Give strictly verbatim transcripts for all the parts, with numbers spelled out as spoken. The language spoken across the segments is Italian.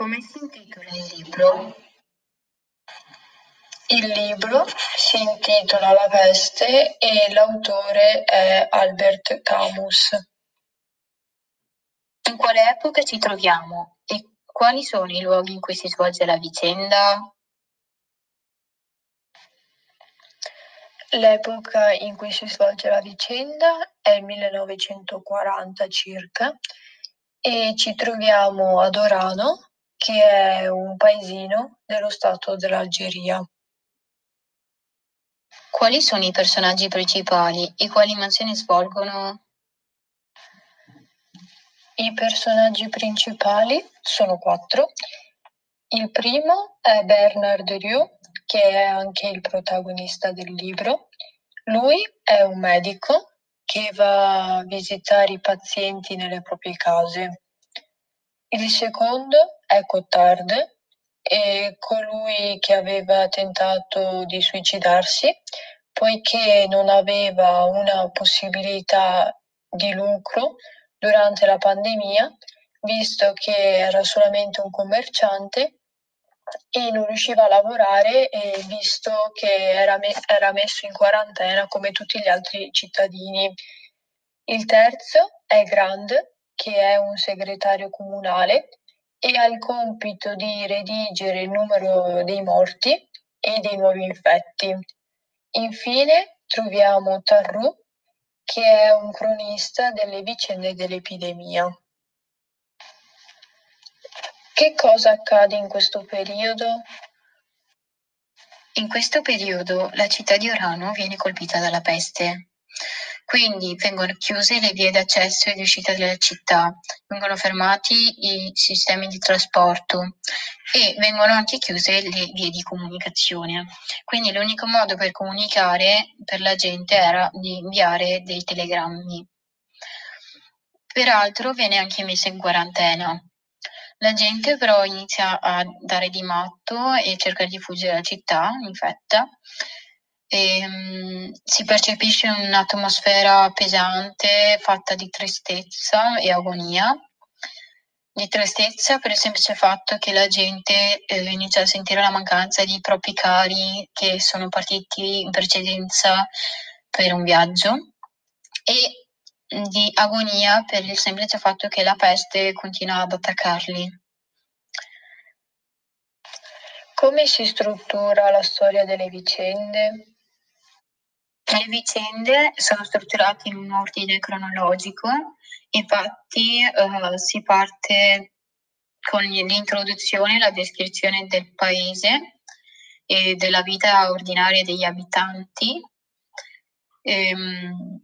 Come si intitola il libro? Il libro si intitola La peste e l'autore è Albert Camus. In quale epoca ci troviamo e quali sono i luoghi in cui si svolge la vicenda? L'epoca in cui si svolge la vicenda è il millenovecentoquaranta circa e ci troviamo ad Orano, che è un paesino dello stato dell'Algeria. Quali sono i personaggi principali e quali mansioni svolgono? I personaggi principali sono quattro. Il primo è Bernard Rieu, che è anche il protagonista del libro. Lui è un medico che va a visitare i pazienti nelle proprie case. Il secondo è Cotard, è colui che aveva tentato di suicidarsi poiché non aveva una possibilità di lucro durante la pandemia, visto che era solamente un commerciante e non riusciva a lavorare e visto che era, me- era messo in quarantena come tutti gli altri cittadini. Il terzo è Grand, che è un segretario comunale e ha il compito di redigere il numero dei morti e dei nuovi infetti. Infine troviamo Tarrou, che è un cronista delle vicende dell'epidemia. Che cosa accade in questo periodo? In questo periodo la città di Orano viene colpita dalla peste, quindi vengono chiuse le vie d'accesso e di uscita della città, vengono fermati i sistemi di trasporto e vengono anche chiuse le vie di comunicazione. Quindi l'unico modo per comunicare per la gente era di inviare dei telegrammi. Peraltro viene anche messa in quarantena. La gente però inizia a dare di matto e cercare di fuggire dalla città, infetta. E, um, si percepisce un'atmosfera pesante fatta di tristezza e agonia. Di tristezza per il semplice fatto che la gente eh, inizia a sentire la mancanza di propri cari che sono partiti in precedenza per un viaggio e di agonia per il semplice fatto che la peste continua ad attaccarli. Come si struttura la storia delle vicende? Le vicende sono strutturate in un ordine cronologico, infatti eh, si parte con l'introduzione e la descrizione del paese e della vita ordinaria degli abitanti. Ehm,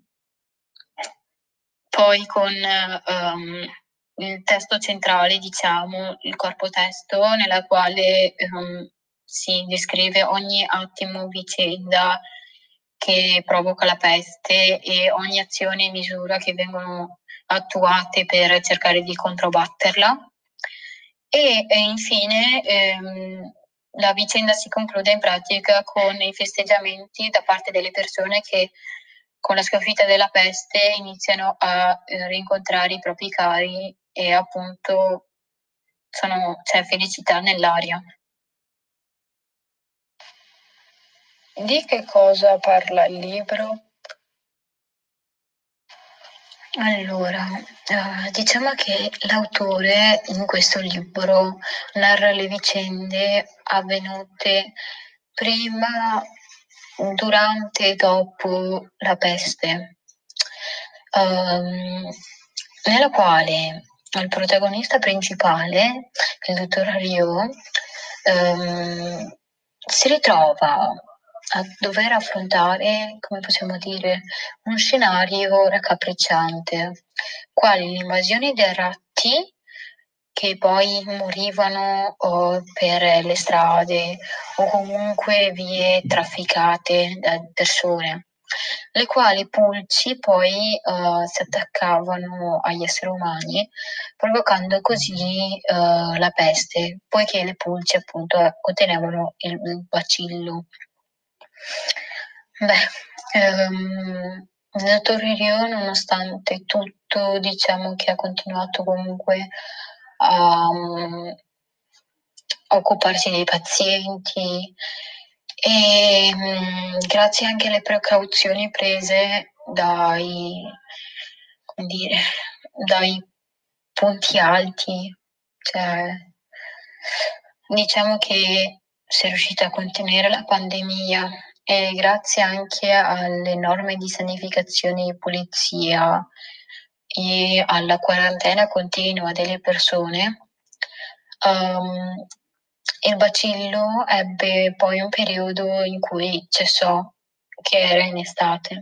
poi con um, il testo centrale, diciamo, il corpo testo, nella quale um, si descrive ogni attimo vicenda che provoca la peste e ogni azione e misura che vengono attuate per cercare di controbatterla. E, e infine ehm, la vicenda si conclude in pratica con i festeggiamenti da parte delle persone che con la sconfitta della peste iniziano a eh, rincontrare i propri cari e appunto sono, c'è felicità nell'aria. Di che cosa parla il libro? Allora, eh, diciamo che l'autore in questo libro narra le vicende avvenute prima, durante e dopo la peste, ehm, nella quale il protagonista principale, il dottor Rio, ehm, si ritrova a dover affrontare, come possiamo dire, un scenario raccapricciante, quali l'invasione dei ratti che poi morivano o per le strade o comunque vie trafficate da persone, le quali pulci poi eh, si attaccavano agli esseri umani, provocando così eh, la peste, poiché le pulci appunto contenevano il, il bacillo. Beh, ehm, il dottor Ririo, nonostante tutto, diciamo che ha continuato comunque a, occuparsi dei pazienti e mh, grazie anche alle precauzioni prese dai, come dire, dai punti alti, cioè, diciamo che si è riuscita a contenere la pandemia e grazie anche alle norme di sanificazione e pulizia e alla quarantena continua delle persone, um, il bacillo ebbe poi un periodo in cui cessò, che era in estate.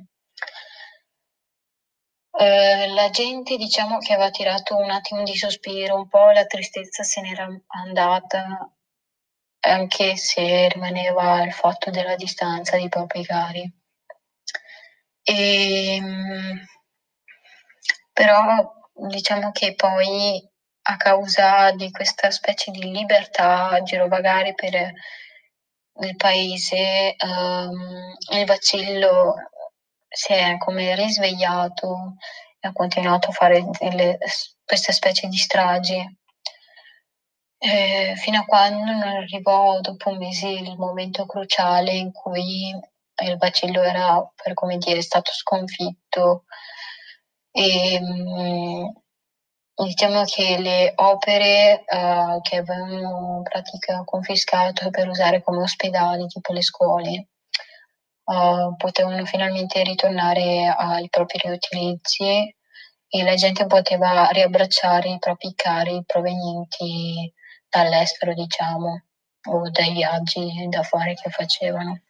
Uh, la gente diciamo che aveva tirato un attimo di sospiro, un po' la tristezza se n'era andata, anche se rimaneva il fatto della distanza dei propri cari. E, però diciamo che poi a causa di questa specie di libertà girovagare per il paese, um, il bacillo si è come risvegliato e ha continuato a fare delle, queste specie di stragi. Eh, fino a quando non arrivò dopo un mese il momento cruciale in cui il bacillo era, per come dire, stato sconfitto e mh, diciamo che le opere uh, che avevano in pratica confiscato per usare come ospedali, tipo le scuole, uh, potevano finalmente ritornare ai propri riutilizzi e la gente poteva riabbracciare i propri cari provenienti dall'estero, diciamo, o dai viaggi da fare che facevano.